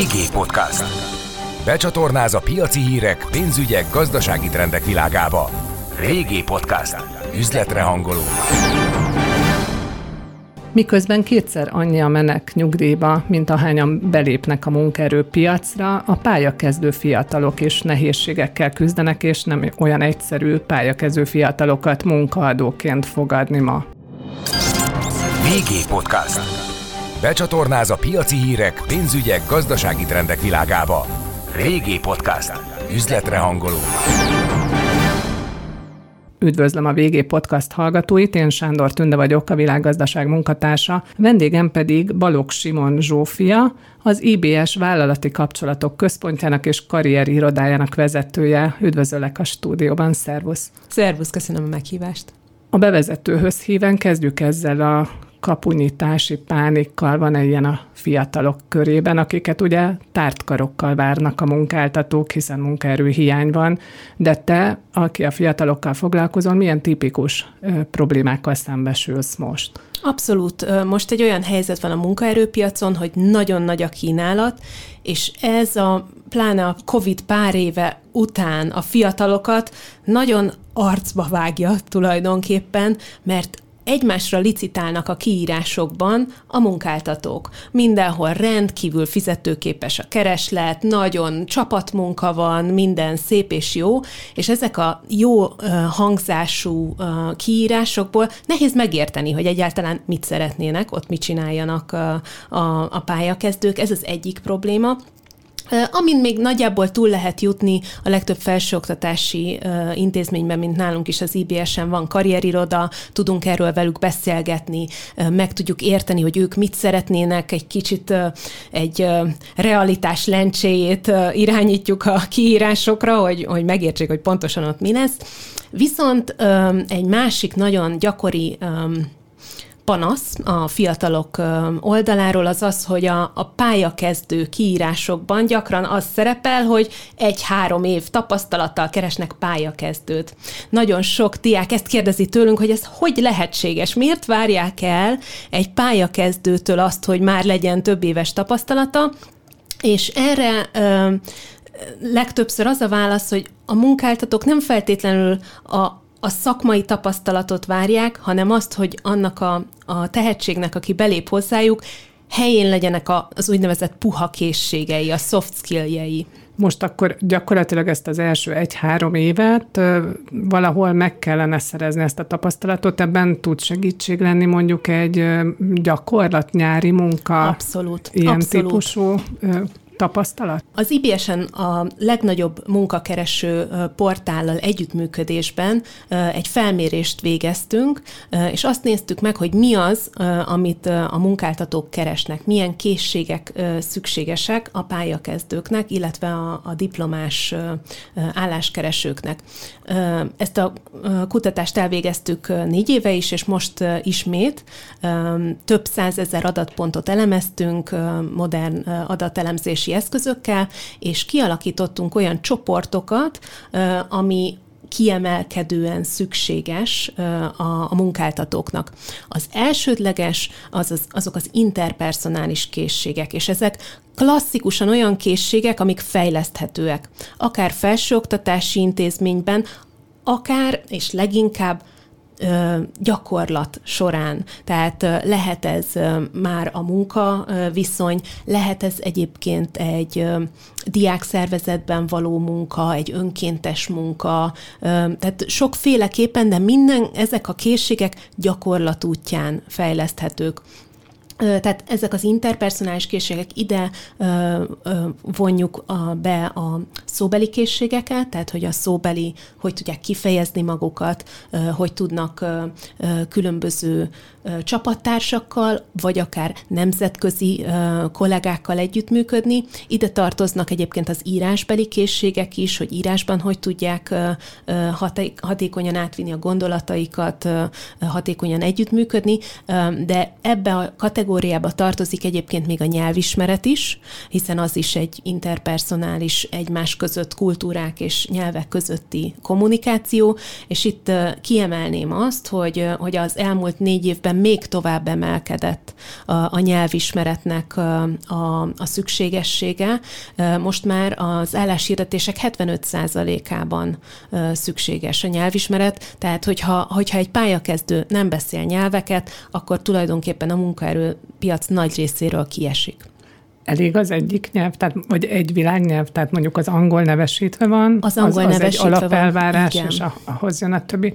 VG Podcast. Becsatornáz a piaci hírek, pénzügyek, gazdasági trendek világába. VG Podcast. Üzletre hangoló. Miközben kétszer annyian mennek nyugdíjba, mint ahányan belépnek a munkaerőpiacra, a pályakezdő fiatalok is nehézségekkel küzdenek, és nem olyan egyszerű pályakezdő fiatalokat munkaadóként fogadni ma. VG Podcast. Becsatornáz a piaci hírek, pénzügyek, gazdasági trendek világába. VG Podcast. Üzletre hangoló. Üdvözlöm a VG Podcast hallgatóit, én Sándor Tünde vagyok, a Világgazdaság munkatársa, vendégem pedig Balogh Simon Zsófia, az IBS Vállalati Kapcsolatok Központjának és karrierirodájának vezetője. Üdvözöllek a stúdióban, szervusz! Szervusz, köszönöm a meghívást! A bevezetőhöz híven kezdjük ezzel a kapunyítási pánikkal. Van-e ilyen a fiatalok körében, akiket ugye tárt karokkal várnak a munkáltatók, hiszen munkaerő hiány van, de te, aki a fiatalokkal foglalkozol, milyen tipikus problémákkal szembesülsz most? Abszolút. Most egy olyan helyzet van a munkaerőpiacon, hogy nagyon nagy a kínálat, és ez pláne a Covid pár éve után a fiatalokat nagyon arcba vágja tulajdonképpen, mert egymásra licitálnak a kiírásokban a munkáltatók. Mindenhol rendkívül fizetőképes a kereslet, nagyon csapatmunka van, minden szép és jó, és ezek a jó hangzású kiírásokból nehéz megérteni, hogy egyáltalán mit szeretnének, ott mit csináljanak a pályakezdők. Ez az egyik probléma. Amin még nagyjából túl lehet jutni a legtöbb felsőoktatási intézményben, mint nálunk is az IBS-en van karrieriroda, tudunk erről velük beszélgetni, meg tudjuk érteni, hogy ők mit szeretnének, egy kicsit egy realitás lencséjét irányítjuk a kiírásokra, hogy megértsék, hogy pontosan ott mi lesz. Viszont egy másik nagyon gyakori panasz a fiatalok oldaláról az, hogy a pályakezdő kiírásokban gyakran az szerepel, hogy 1-3 év tapasztalattal keresnek pályakezdőt. Nagyon sok diák ezt kérdezi tőlünk, hogy ez hogy lehetséges? Miért várják el egy pályakezdőtől azt, hogy már legyen több éves tapasztalata? És erre legtöbbször az a válasz, hogy a munkáltatók nem feltétlenül a szakmai tapasztalatot várják, hanem azt, hogy annak a tehetségnek, aki belép hozzájuk, helyén legyenek az úgynevezett puha készségei, a soft skilljei. Most akkor gyakorlatilag ezt az első 1-3 évet valahol meg kellene szerezni ezt a tapasztalatot, ebben tud segítség lenni mondjuk egy gyakorlatnyári munka? Abszolút. Ilyen abszolút. Típusú tapasztalat? Az IBS-en a legnagyobb munkakereső portállal együttműködésben egy felmérést végeztünk, és azt néztük meg, hogy mi az, amit a munkáltatók keresnek, milyen készségek szükségesek a pályakezdőknek, illetve a diplomás álláskeresőknek. Ezt a kutatást elvégeztük 4 éve is, és most ismét több 100 000 adatpontot elemeztünk modern adatelemzési eszközökkel, és kialakítottunk olyan csoportokat, ami kiemelkedően szükséges a munkáltatóknak. Az elsődleges azok az interpersonális készségek, és ezek klasszikusan olyan készségek, amik fejleszthetőek. Akár felsőoktatási intézményben, akár és leginkább gyakorlat során. Tehát lehet ez már a munkaviszony, lehet ez egyébként egy diákszervezetben való munka, egy önkéntes munka, tehát sokféleképpen, de ezek a készségek gyakorlat útján fejleszthetők. Tehát ezek az interpersonális készségek, ide vonjuk be a szóbeli készségeket, tehát hogy a szóbeli, hogy tudják kifejezni magukat, hogy tudnak különböző csapattársakkal, vagy akár nemzetközi kollégákkal együttműködni. Ide tartoznak egyébként az írásbeli készségek is, hogy írásban hogy tudják hatékonyan átvinni a gondolataikat, hatékonyan együttműködni, de ebbe a kategóriába tartozik egyébként még a nyelvismeret is, hiszen az is egy interpersonális, egymás között kultúrák és nyelvek közötti kommunikáció, és itt kiemelném azt, hogy az elmúlt 4 évben még tovább emelkedett a nyelvismeretnek a szükségessége. Most már az álláshirdetések 75%-ában szükséges a nyelvismeret, tehát hogyha egy pályakezdő nem beszél nyelveket, akkor tulajdonképpen a munkaerőpiac nagy részéről kiesik. Elég az egyik nyelv, vagy egy világnyelv, tehát mondjuk az angol nevesítve van, az egy alapelvárás, és ahhoz jön a többi.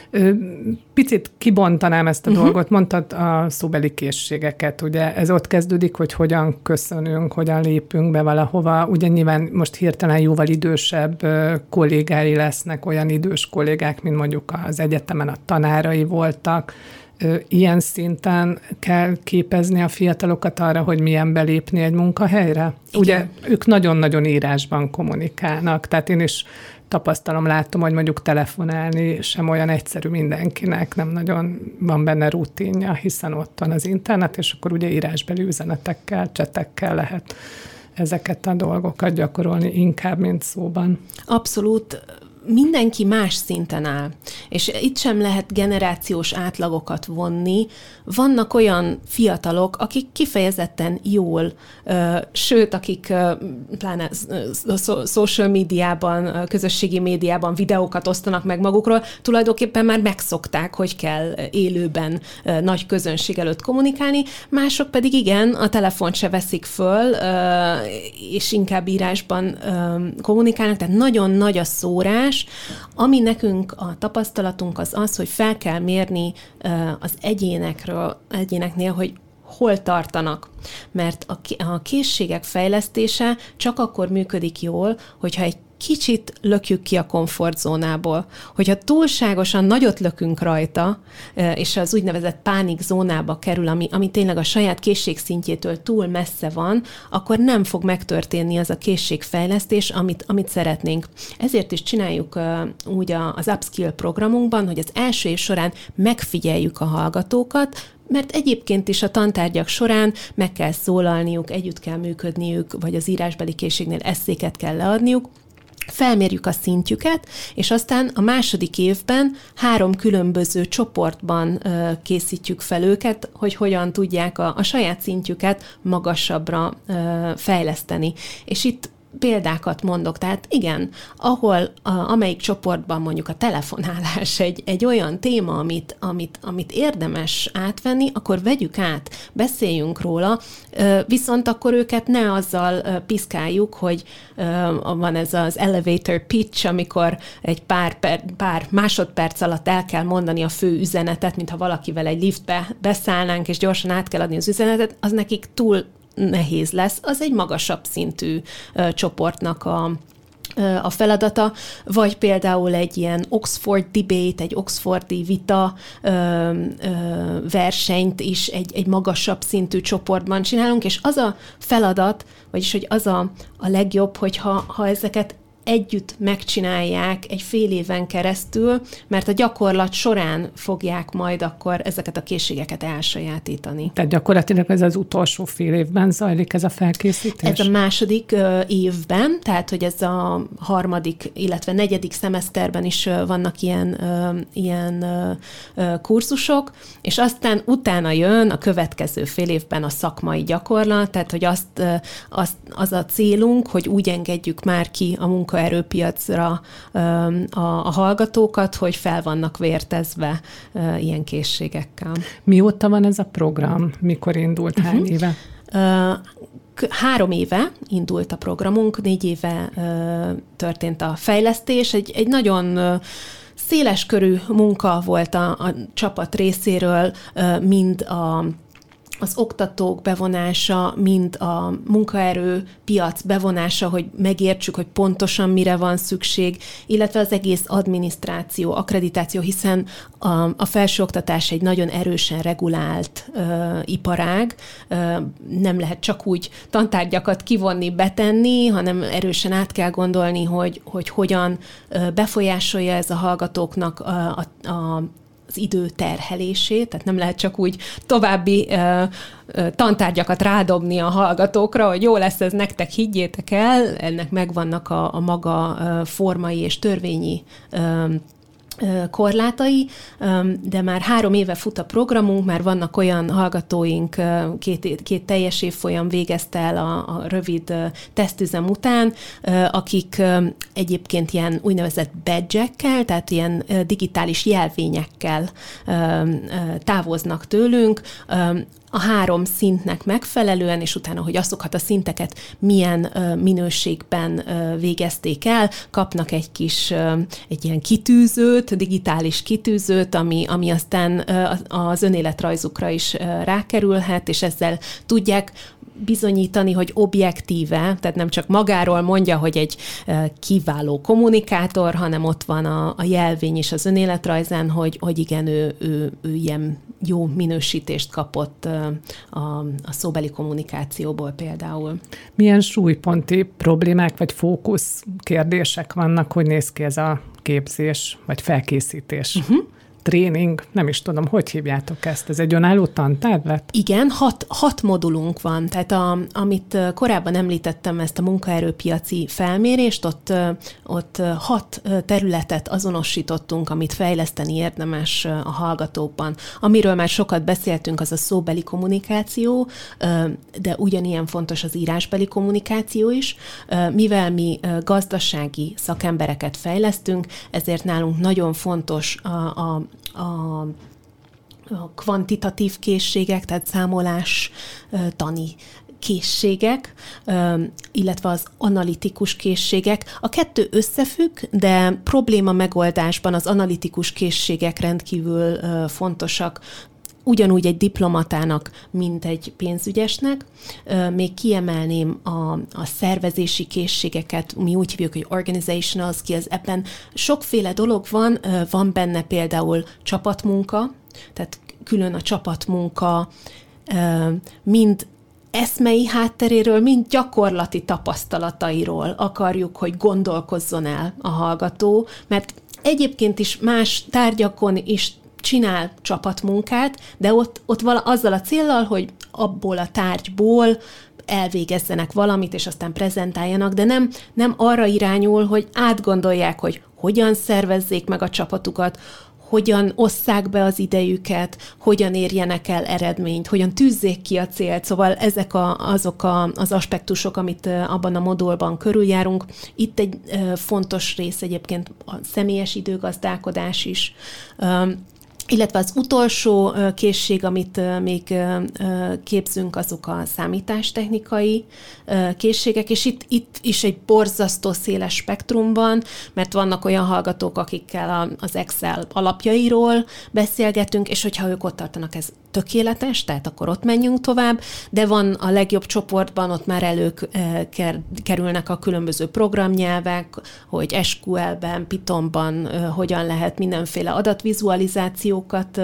Picit kibontanám ezt a dolgot, mondtad a szóbeli készségeket, ugye ez ott kezdődik, hogy hogyan köszönünk, hogyan lépünk be valahova, ugye nyilván most hirtelen jóval idősebb kollégái lesznek, olyan idős kollégák, mint mondjuk az egyetemen a tanárai voltak. Ilyen szinten kell képezni a fiatalokat arra, hogy milyen belépni egy munkahelyre? Igen. Ugye ők nagyon-nagyon írásban kommunikálnak, tehát én is tapasztalom, látom, hogy mondjuk telefonálni sem olyan egyszerű mindenkinek, nem nagyon van benne rutinja, hiszen ott van az internet, és akkor ugye írásbeli üzenetekkel, csetekkel lehet ezeket a dolgokat gyakorolni inkább, mint szóban. Abszolút. Mindenki más szinten áll, és itt sem lehet generációs átlagokat vonni. Vannak olyan fiatalok, akik kifejezetten jól, sőt, akik pláne social médiában, közösségi médiában videókat osztanak meg magukról, tulajdonképpen már megszokták, hogy kell élőben nagy közönség előtt kommunikálni, mások pedig igen, a telefont se veszik föl, és inkább írásban kommunikálnak, tehát nagyon nagy a szórás. Ami nekünk a tapasztalatunk az, hogy fel kell mérni az egyéneknél, hogy hol tartanak. Mert a készségek fejlesztése csak akkor működik jól, hogyha egy kicsit lökjük ki a komfortzónából. Hogyha túlságosan nagyot lökünk rajta, és az úgynevezett pánikzónába kerül, ami tényleg a saját készségszintjétől túl messze van, akkor nem fog megtörténni az a készségfejlesztés, amit szeretnénk. Ezért is csináljuk úgy az Upskill programunkban, hogy az első év során megfigyeljük a hallgatókat, mert egyébként is a tantárgyak során meg kell szólalniuk, együtt kell működniük, vagy az írásbeli készségnél esszéket kell leadniuk, felmérjük a szintjüket, és aztán a második évben 3 különböző csoportban készítjük fel őket, hogy hogyan tudják a saját szintjüket magasabbra fejleszteni. És itt példákat mondok, tehát igen, amelyik csoportban mondjuk a telefonálás egy olyan téma, amit érdemes átvenni, akkor vegyük át, beszéljünk róla, viszont akkor őket ne azzal piszkáljuk, hogy van ez az elevator pitch, amikor egy pár másodperc alatt el kell mondani a fő üzenetet, mintha valakivel egy liftbe beszállnánk, és gyorsan át kell adni az üzenetet, az nekik túl nehéz lesz. Az egy magasabb szintű csoportnak a feladata, vagy például egy ilyen Oxford debate, egy oxfordi vita versenyt is egy magasabb szintű csoportban csinálunk, és az a feladat, vagyis hogy az a legjobb, hogyha ezeket együtt megcsinálják egy fél éven keresztül, mert a gyakorlat során fogják majd akkor ezeket a készségeket elsajátítani. Tehát gyakorlatilag ez az utolsó fél évben zajlik ez a felkészítés? Ez a második évben, tehát hogy ez a harmadik, illetve negyedik szemeszterben is vannak ilyen kurzusok, és aztán utána jön a következő fél évben a szakmai gyakorlat, tehát hogy az a célunk, hogy úgy engedjük már ki a munkaerőpiacra a hallgatókat, hogy fel vannak vértezve ilyen készségekkel. Mióta van ez a program? Mikor indult? Hány éve? 3 éve indult a programunk, 4 éve történt a fejlesztés. Egy nagyon széleskörű munka volt a csapat részéről, mind az oktatók bevonása, mind a munkaerőpiac bevonása, hogy megértsük, hogy pontosan mire van szükség, illetve az egész adminisztráció, akkreditáció, hiszen a felsőoktatás egy nagyon erősen regulált iparág, nem lehet csak úgy tantárgyakat kivonni, betenni, hanem erősen át kell gondolni, hogy hogyan befolyásolja ez a hallgatóknak az idő terhelését, tehát nem lehet csak úgy további tantárgyakat rádobni a hallgatókra, hogy jó lesz ez nektek, higgyétek el, ennek megvannak a maga formai és törvényi korlátai, de már 3 éve fut a programunk, már vannak olyan hallgatóink, 2 teljes évfolyam végezte el a rövid tesztüzem után, akik egyébként ilyen úgynevezett badge-ekkel, tehát ilyen digitális jelvényekkel távoznak tőlünk, a 3 szintnek megfelelően, és utána, hogy azokat a szinteket milyen minőségben végezték el, kapnak egy ilyen kitűzőt, digitális kitűzőt, ami aztán az önéletrajzukra is rákerülhet, és ezzel tudják bizonyítani, hogy objektíve, tehát nem csak magáról mondja, hogy egy kiváló kommunikátor, hanem ott van a jelvény is az önéletrajzán, hogy igen, ő ilyen jó minősítést kapott a szóbeli kommunikációból például. Milyen súlyponti problémák vagy fókusz kérdések vannak, hogy néz ki ez a képzés vagy felkészítés? Tréning, nem is tudom, hogy hívjátok ezt? Ez egy önálló tantárgy lett? Igen, 6 modulunk van. Tehát amit korábban említettem, ezt a munkaerőpiaci felmérést, ott 6 területet azonosítottunk, amit fejleszteni érdemes a hallgatókban. Amiről már sokat beszéltünk, az a szóbeli kommunikáció, de ugyanilyen fontos az írásbeli kommunikáció is. Mivel mi gazdasági szakembereket fejlesztünk, ezért nálunk nagyon fontos a kvantitatív készségek, tehát számolás tani készségek, illetve az analitikus készségek. A 2 összefügg, de probléma megoldásban az analitikus készségek rendkívül fontosak, ugyanúgy egy diplomatának, mint egy pénzügyesnek. Még kiemelném a szervezési készségeket, mi úgy hívjuk, hogy organizational skills, ebben sokféle dolog van benne például csapatmunka, tehát külön a csapatmunka mind eszmei hátteréről, mind gyakorlati tapasztalatairól akarjuk, hogy gondolkozzon el a hallgató, mert egyébként is más tárgyakon is csinál csapatmunkát, de ott azzal a céllal, hogy abból a tárgyból elvégezzenek valamit, és aztán prezentáljanak, de nem arra irányul, hogy átgondolják, hogy hogyan szervezzék meg a csapatukat, hogyan osszák be az idejüket, hogyan érjenek el eredményt, hogyan tűzzék ki a célt. Szóval ezek azok az aspektusok, amit abban a modulban körüljárunk. Itt egy fontos rész egyébként a személyes időgazdálkodás is, illetve az utolsó készség, amit még képzünk, azok a számítástechnikai készségek, és itt is egy borzasztó széles spektrum van, mert vannak olyan hallgatók, akikkel az Excel alapjairól beszélgetünk, és hogyha ők ott tartanak, ez tökéletes, tehát akkor ott menjünk tovább, de van a legjobb csoportban, ott már előkerülnek a különböző programnyelvek, hogy SQL-ben, Pythonban hogyan lehet mindenféle adatvizualizációkat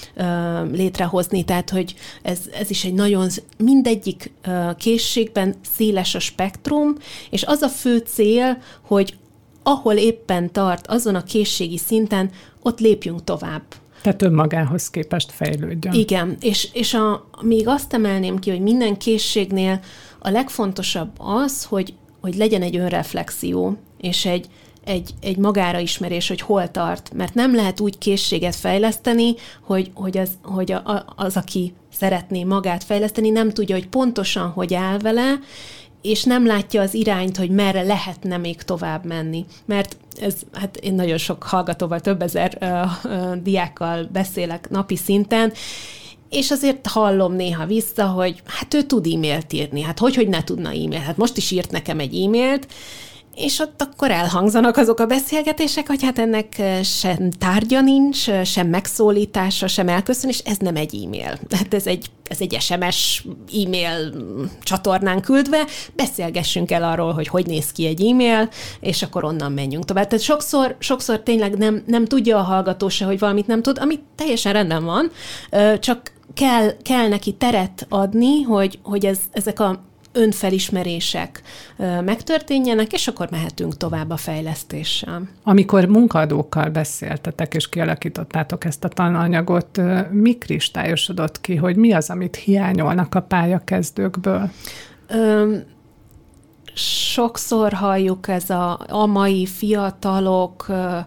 létrehozni, tehát hogy ez is egy nagyon, mindegyik készségben széles a spektrum, és az a fő cél, hogy ahol éppen tart, azon a készségi szinten, ott lépjünk tovább. Tehát önmagához képest fejlődjön. Igen, és még azt emelném ki, hogy minden készségnél a legfontosabb az, hogy legyen egy önreflexió, és egy magára ismerés, hogy hol tart, mert nem lehet úgy készséget fejleszteni, hogy az, aki szeretné magát fejleszteni, nem tudja, hogy pontosan hogy áll vele, és nem látja az irányt, hogy merre lehetne még tovább menni. Mert hát én nagyon sok hallgatóval, több ezer diákkal beszélek napi szinten, és azért hallom néha vissza, hogy hát ő tud e-mailt írni. Hát hogy ne tudna e-mailt? Hát most is írt nekem egy e-mailt, és ott akkor elhangzanak azok a beszélgetések, hogy hát ennek sem tárgya nincs, sem megszólítása, sem elköszönés, ez nem egy e-mail. Hát ez egy SMS e-mail csatornán küldve, beszélgessünk el arról, hogy néz ki egy e-mail, és akkor onnan menjünk tovább. Tehát sokszor tényleg nem tudja a hallgató se, hogy valamit nem tud, ami teljesen rendben van, csak kell neki teret adni, hogy ezek a önfelismerések megtörténjenek, és akkor mehetünk tovább a fejlesztéssel. Amikor munkaadókkal beszéltetek, és kialakítottátok ezt a tananyagot, mi kristályosodott ki, hogy mi az, amit hiányolnak a pályakezdőkből? sokszor halljuk, ez a mai fiatalok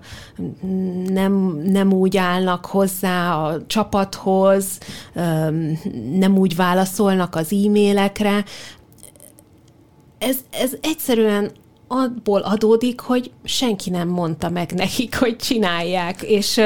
nem úgy állnak hozzá a csapathoz, nem úgy válaszolnak az e-mailekre. Ez egyszerűen abból adódik, hogy senki nem mondta meg nekik, hogy csinálják,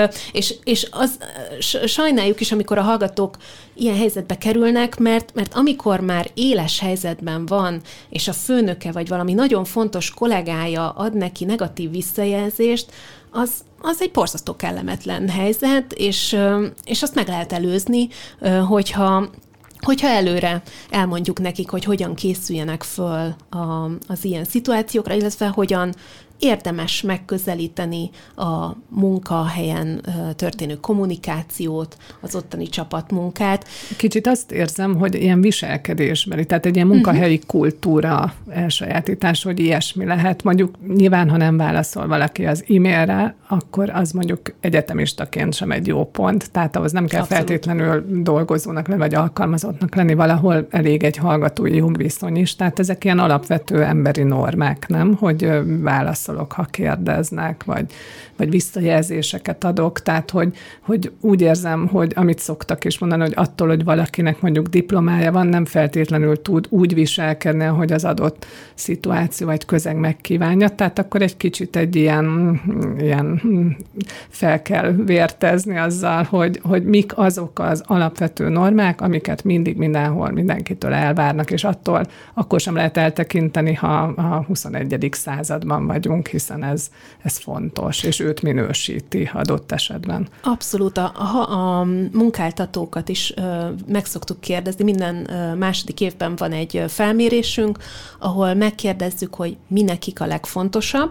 és sajnáljuk is, amikor a hallgatók ilyen helyzetbe kerülnek, mert amikor már éles helyzetben van, és a főnöke vagy valami nagyon fontos kollégája ad neki negatív visszajelzést, az egy borzasztó kellemetlen helyzet, és azt meg lehet előzni, hogyha előre elmondjuk nekik, hogy hogyan készüljenek föl az ilyen szituációkra, illetve hogyan érdemes megközelíteni a munkahelyen történő kommunikációt, az ottani csapatmunkát. Kicsit azt érzem, hogy ilyen viselkedésbeli, tehát egy ilyen munkahelyi kultúra elsajátítás, hogy ilyesmi lehet. Mondjuk nyilván, ha nem válaszol valaki az e-mailre, akkor az mondjuk egyetemistaként sem egy jó pont, tehát ahhoz nem kell Abszolút. Feltétlenül dolgozónak lenni, vagy alkalmazottnak lenni, valahol elég egy hallgatói jogviszony is, tehát ezek ilyen alapvető emberi normák, nem? Hogy válaszolok, ha kérdeznek, vagy visszajelzéseket adok, tehát hogy úgy érzem, hogy amit szoktak is mondani, hogy attól, hogy valakinek mondjuk diplomája van, nem feltétlenül tud úgy viselkedni, hogy az adott szituáció vagy közeg megkívánja, tehát akkor egy kicsit egy ilyen fel kell vértezni azzal, hogy mik azok az alapvető normák, amiket mindig mindenhol mindenkitől elvárnak, és attól akkor sem lehet eltekinteni, ha a 21. században vagyunk, hiszen ez fontos, és őt minősíti adott esetben. Abszolút. A munkáltatókat is meg szoktuk kérdezni. Minden második évben van egy felmérésünk, ahol megkérdezzük, hogy mi nekik a legfontosabb,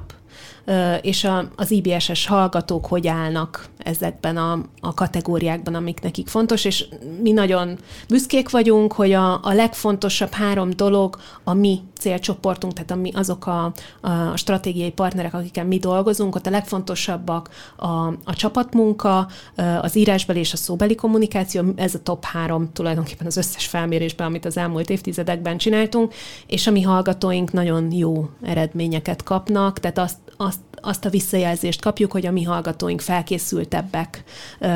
és az IBS-es hallgatók hogy állnak ezekben a kategóriákban, amik nekik fontos, és mi nagyon büszkék vagyunk, hogy a legfontosabb 3 dolog a mi célcsoportunk, tehát azok a stratégiai partnerek, akikkel mi dolgozunk, ott a legfontosabbak a csapatmunka, az írásbeli és a szóbeli kommunikáció, ez a top 3 tulajdonképpen az összes felmérésben, amit az elmúlt évtizedekben csináltunk, és a mi hallgatóink nagyon jó eredményeket kapnak, tehát azt a visszajelzést kapjuk, hogy a mi hallgatóink felkészültebbek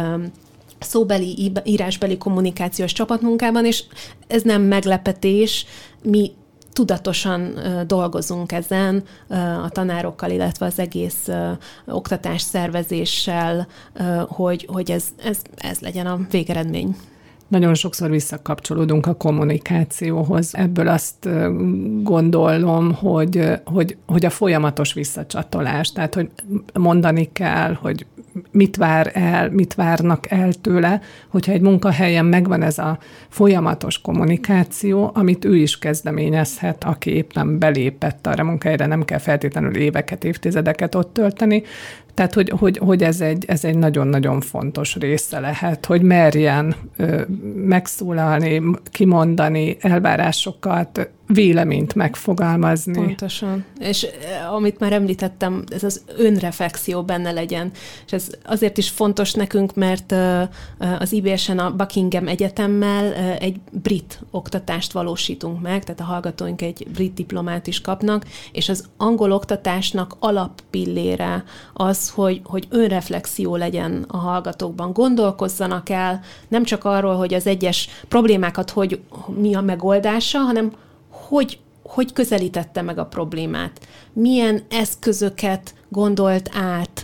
szóbeli, írásbeli kommunikációs csapatmunkában, és ez nem meglepetés, mi tudatosan dolgozunk ezen a tanárokkal, illetve az egész oktatás szervezéssel, hogy ez legyen a végeredmény. Nagyon sokszor visszakapcsolódunk a kommunikációhoz. Ebből azt gondolom, hogy a folyamatos visszacsatolás, tehát hogy mondani kell, hogy mit várnak el tőle, hogyha egy munkahelyen megvan ez a folyamatos kommunikáció, amit ő is kezdeményezhet, aki éppen belépett arra munkahelyre, nem kell feltétlenül éveket, évtizedeket ott tölteni. Tehát, hogy ez egy nagyon-nagyon fontos része lehet, hogy merjen megszólalni, kimondani elvárásokat, véleményt megfogalmazni. Pontosan. És amit már említettem, ez az önreflexió benne legyen. És ez azért is fontos nekünk, mert az IBS-en a Buckingham Egyetemmel egy brit oktatást valósítunk meg, tehát a hallgatóink egy brit diplomát is kapnak, és az angol oktatásnak alappillére az, hogy önreflexió legyen a hallgatókban. Gondolkozzanak el nem csak arról, hogy az egyes problémákat mi a megoldása, hanem hogy közelítette meg a problémát, milyen eszközöket gondolt át,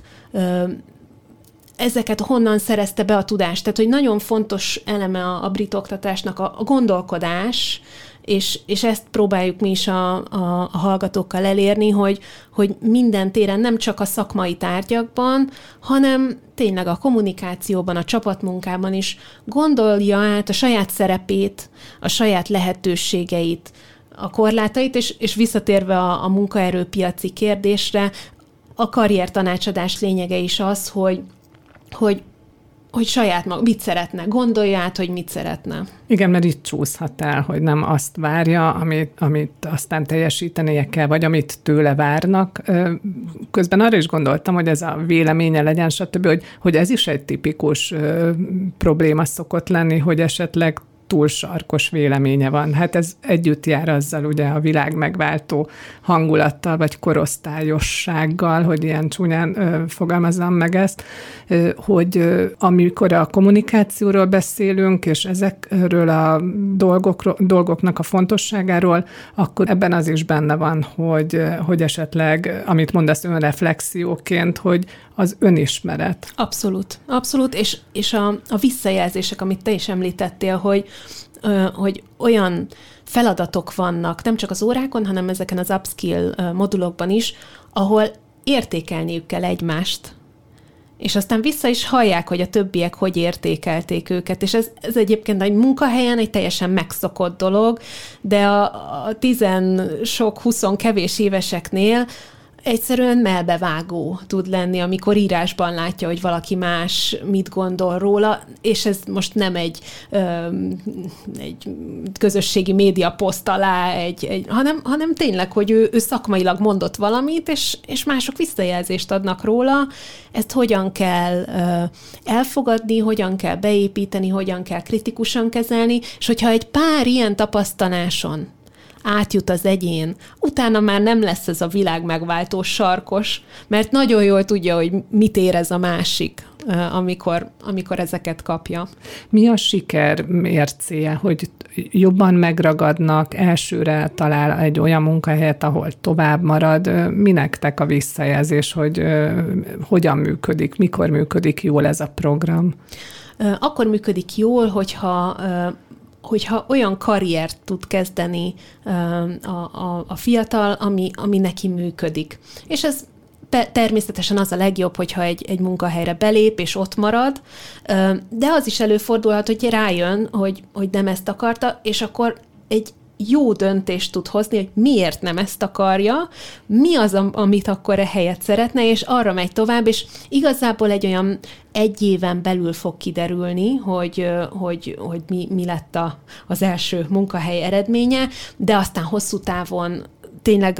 ezeket honnan szerezte be a tudást. Tehát, hogy nagyon fontos eleme a brit oktatásnak a gondolkodás, és ezt próbáljuk mi is a hallgatókkal elérni, hogy minden téren, nem csak a szakmai tárgyakban, hanem tényleg a kommunikációban, a csapatmunkában is gondolja át a saját szerepét, a saját lehetőségeit, a korlátait, és visszatérve a munkaerőpiaci kérdésre, a karriertanácsadás lényege is az, hogy saját maga mit szeretne, gondolja át, hogy mit szeretne. Igen, mert itt csúszhat el, hogy nem azt várja, amit aztán teljesítenie kell, vagy amit tőle várnak. Közben arra is gondoltam, hogy ez a véleménye legyen, stb., hogy ez is egy tipikus probléma szokott lenni, hogy esetleg túl sarkos véleménye van. Hát ez együtt jár azzal ugye a világ megváltó hangulattal, vagy korosztályossággal, hogy ilyen csúnyán fogalmazzam meg ezt, hogy amikor a kommunikációról beszélünk, és ezekről a dolgoknak a fontosságáról, akkor ebben az is benne van, hogy esetleg, amit mondasz önreflexióként, hogy az önismeret. Abszolút, abszolút, és a visszajelzések, amit te is említettél, hogy olyan feladatok vannak, nem csak az órákon, hanem ezeken az upskill modulokban is, ahol értékelniük kell egymást, és aztán vissza is hallják, hogy a többiek hogy értékelték őket, és ez egyébként egy munkahelyen egy teljesen megszokott dolog, de a 10 kevés éveseknél egyszerűen melbevágó tud lenni, amikor írásban látja, hogy valaki más mit gondol róla, és ez most nem egy közösségi média poszt alá, hanem tényleg, hogy ő szakmailag mondott valamit, és mások visszajelzést adnak róla. Ezt hogyan kell elfogadni, hogyan kell beépíteni, hogyan kell kritikusan kezelni, és hogyha egy pár ilyen tapasztaláson átjut az egyén, utána már nem lesz ez a világ megváltó sarkos, mert nagyon jól tudja, hogy mit érez a másik, amikor ezeket kapja. Mi a siker mércéje, hogy jobban megragadnak, elsőre talál egy olyan munkahelyet, ahol tovább marad? Mi nektek a visszajelzés, hogy hogyan működik, mikor működik jól ez a program? Akkor működik jól, hogyha olyan karriert tud kezdeni a fiatal, ami neki működik. És ez természetesen az a legjobb, hogyha egy munkahelyre belép, és ott marad, de az is előfordulhat, hogy rájön, hogy nem ezt akarta, és akkor egy jó döntést tud hozni, hogy miért nem ezt akarja, mi az, amit akkor ehelyett szeretne, és arra megy tovább, és igazából egy olyan 1 éven belül fog kiderülni, hogy mi lett az első munkahely eredménye, de aztán hosszú távon tényleg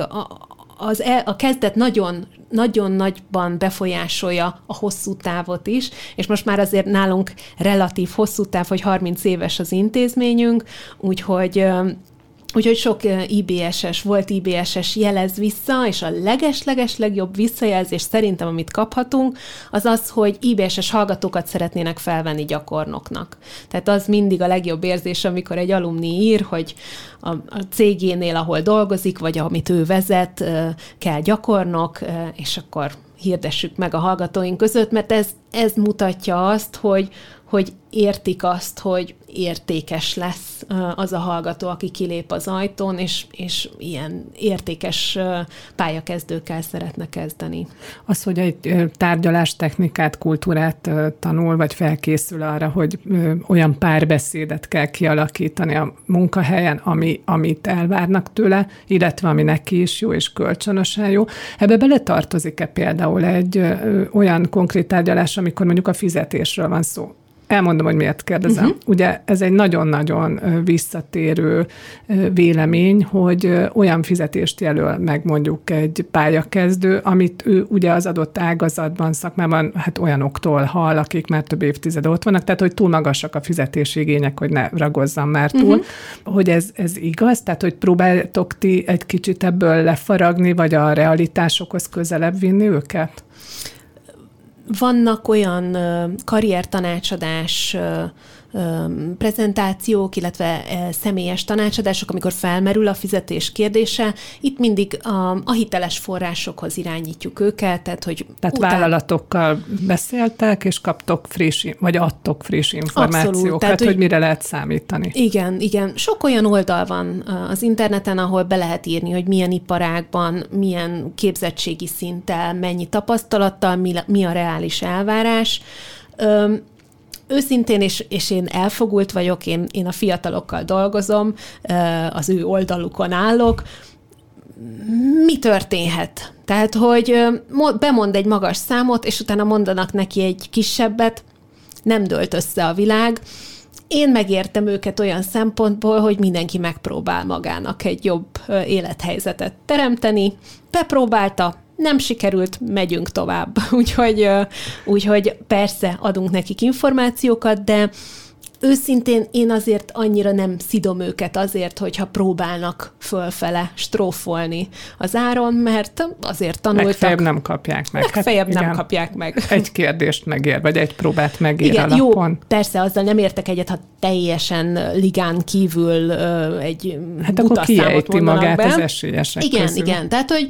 a kezdet nagyon nagyban befolyásolja a hosszú távot is, és most már azért nálunk relatív hosszú táv, hogy 30 éves az intézményünk, úgyhogy sok volt IBS-es jelez vissza, és a leges legjobb visszajelzés szerintem, amit kaphatunk, az, hogy IBS-es hallgatókat szeretnének felvenni gyakornoknak. Tehát az mindig a legjobb érzés, amikor egy alumni ír, hogy a cégénél, ahol dolgozik, vagy amit ő vezet, kell gyakornok, és akkor hirdessük meg a hallgatóink között, mert ez mutatja azt, hogy értik azt, hogy értékes lesz az a hallgató, aki kilép az ajtón, és ilyen értékes pályakezdőkkel szeretne kezdeni. Az, hogy egy tárgyalástechnikát, kultúrát tanul, vagy felkészül arra, hogy olyan párbeszédet kell kialakítani a munkahelyen, amit elvárnak tőle, illetve ami neki is jó, és kölcsönösen jó. Ebbe beletartozik-e például egy olyan konkrét tárgyalás, amikor mondjuk a fizetésről van szó? Elmondom, hogy miért kérdezem. Ugye ez egy nagyon-nagyon visszatérő vélemény, hogy olyan fizetést jelöl meg mondjuk egy pályakezdő, amit ő ugye az adott ágazatban, szakmában hát olyanoktól hall, akik már több évtizede ott vannak, tehát hogy túl magasak a fizetési igények, hogy ne ragozzam már túl. Hogy ez igaz? Tehát, hogy próbáltok ti egy kicsit ebből lefaragni, vagy a realitásokhoz közelebb vinni őket? Vannak olyan karriertanácsadás prezentációk, illetve személyes tanácsadások, amikor felmerül a fizetés kérdése. Itt mindig a hiteles forrásokhoz irányítjuk őket. Tehát vállalatokkal beszéltek, és kaptok vagy adtok friss információkat, abszolút, tehát, hogy mire lehet számítani. Igen. Sok olyan oldal van az interneten, ahol be lehet írni, hogy milyen iparágban, milyen képzettségi szinttel, mennyi tapasztalattal, mi a reális elvárás. Őszintén, és én elfogult vagyok, én a fiatalokkal dolgozom, az ő oldalukon állok. Mi történhet? Tehát, hogy bemond egy magas számot, és utána mondanak neki egy kisebbet, nem dőlt össze a világ. Én megértem őket olyan szempontból, hogy mindenki megpróbál magának egy jobb élethelyzetet teremteni. Bepróbálta, nem sikerült, megyünk tovább. Úgyhogy persze adunk nekik információkat, de őszintén én azért annyira nem szidom őket azért, hogyha próbálnak fölfele strófolni az áron, mert azért tanultak. Legfeljebb nem kapják meg. Legfeljebb nem kapják meg. Egy kérdést megér, vagy egy próbát megér igen, alapon. Jó, persze, azzal nem értek egyet, ha teljesen ligán kívül egy hát akkor kiejti magát be. Az esélyesek igen, közül. Igen, tehát, hogy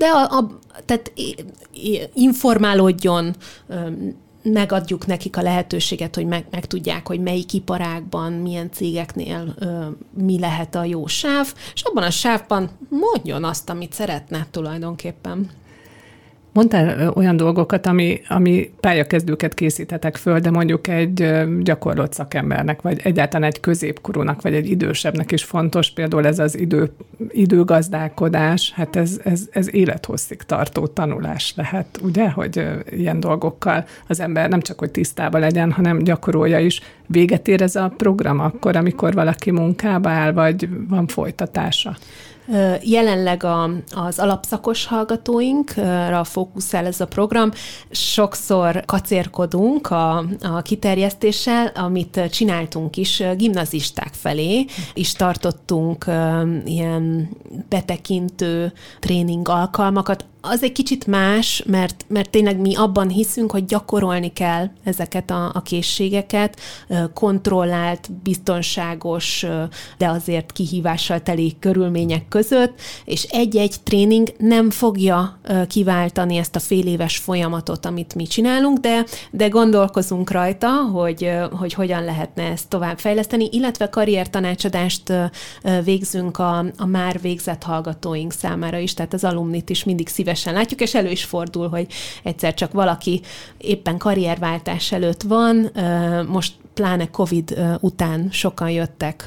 tehát informálódjon, megadjuk nekik a lehetőséget, hogy meg tudják, hogy melyik iparágban, milyen cégeknél mi lehet a jó sáv, és abban a sávban mondjon azt, amit szeretne tulajdonképpen. Mondtál olyan dolgokat, ami pályakezdőket készítetek föl, de mondjuk egy gyakorlott szakembernek, vagy egyáltalán egy középkorúnak, vagy egy idősebbnek is fontos, például ez az időgazdálkodás, hát ez élethosszig tartó tanulás lehet, ugye, hogy ilyen dolgokkal az ember nem csak, hogy tisztában legyen, hanem gyakorolja is. Véget ér ez a program akkor, amikor valaki munkába áll, vagy van folytatása? Jelenleg az alapszakos hallgatóinkra fókuszál ez a program. Sokszor kacérkodunk a kiterjesztéssel, amit csináltunk is gimnazisták felé, és tartottunk ilyen betekintő tréning alkalmakat. Az egy kicsit más, mert tényleg mi abban hiszünk, hogy gyakorolni kell ezeket a készségeket, kontrollált, biztonságos, de azért kihívással teli körülmények között, és egy-egy tréning nem fogja kiváltani ezt a féléves folyamatot, amit mi csinálunk, de gondolkozunk rajta, hogy hogyan lehetne ezt továbbfejleszteni, illetve karriertanácsadást végzünk a már végzett hallgatóink számára is, tehát az alumnit is mindig szívesen látjuk, és elő is fordul, hogy egyszer csak valaki éppen karrierváltás előtt van, most pláne Covid után sokan jöttek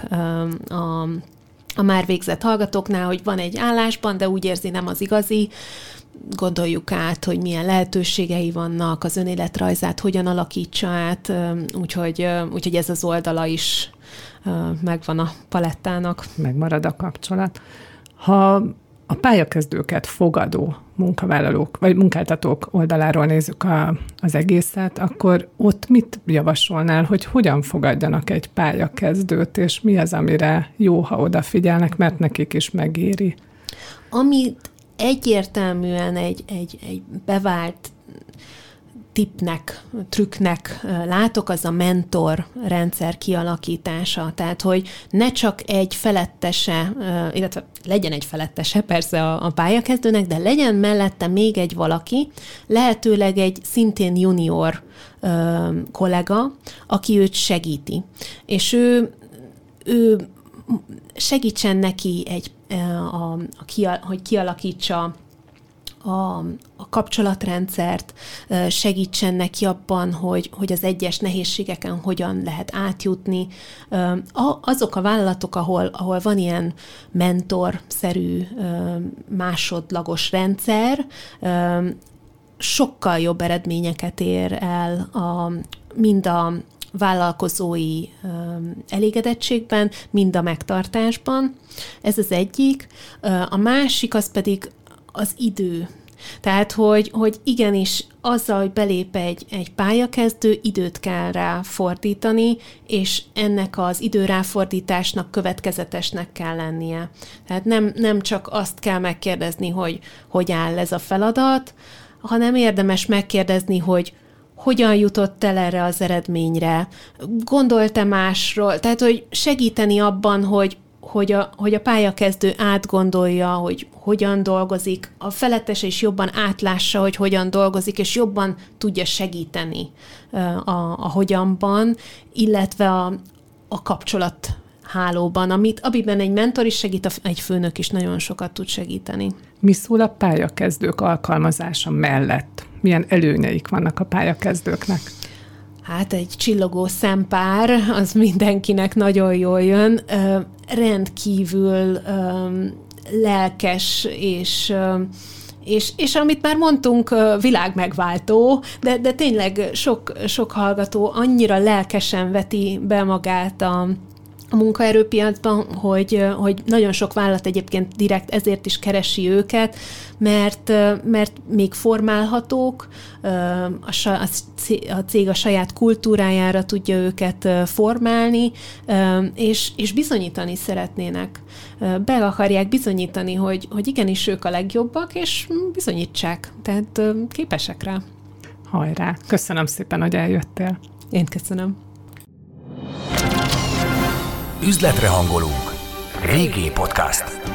a már végzett hallgatóknál, hogy van egy állásban, de úgy érzi, nem az igazi, gondoljuk át, hogy milyen lehetőségei vannak, az önéletrajzát hogyan alakítsa át, úgyhogy ez az oldala is megvan a palettának. Megmarad a kapcsolat. Ha a pályakezdőket fogadó munkavállalók vagy munkáltatók oldaláról nézzük az egészet, akkor ott mit javasolnál, hogy hogyan fogadjanak egy pályakezdőt, és mi az, amire jó, ha odafigyelnek, mert nekik is megéri? Amit egyértelműen egy bevált tippnek, trükknek látok, az a mentor rendszer kialakítása. Tehát, hogy ne csak egy felettese, illetve legyen egy felettese persze a pályakezdőnek, de legyen mellette még egy valaki, lehetőleg egy szintén junior kollega, aki őt segíti. És ő segítsen neki hogy kialakítsa a kapcsolatrendszert, segítsen neki abban, hogy az egyes nehézségeken hogyan lehet átjutni. Azok a vállalatok, ahol van ilyen mentorszerű másodlagos rendszer, sokkal jobb eredményeket ér el mind a vállalkozói elégedettségben, mind a megtartásban. Ez az egyik. A másik az pedig az idő. Tehát, hogy igenis azzal, hogy belép egy pályakezdő, időt kell rá fordítani, és ennek az időráfordításnak következetesnek kell lennie. Tehát nem csak azt kell megkérdezni, hogy áll ez a feladat, hanem érdemes megkérdezni, hogy hogyan jutott el erre az eredményre, gondolt-e másról, tehát, hogy segíteni abban, hogy a pályakezdő átgondolja, hogy hogyan dolgozik, a felettes is jobban átlássa, hogy hogyan dolgozik, és jobban tudja segíteni a hogyanban, illetve a kapcsolathálóban, amiben egy mentor is segít, egy főnök is nagyon sokat tud segíteni. Mi szól a pályakezdők alkalmazása mellett? Milyen előnyeik vannak a pályakezdőknek? Hát egy csillogó szempár, az mindenkinek nagyon jól jön. Rendkívül lelkes és amit már mondtunk, világmegváltó, de tényleg sok hallgató annyira lelkesen veti be magát a munkaerőpiacban, hogy nagyon sok vállalat egyébként direkt ezért is keresi őket, mert még formálhatók, a cég a saját kultúrájára tudja őket formálni, és bizonyítani szeretnének. Be akarják bizonyítani, hogy igenis ők a legjobbak, és bizonyítsák. Tehát képesek rá. Hajrá! Köszönöm szépen, hogy eljöttél. Én köszönöm. Üzletre hangolunk. Régi Podcast.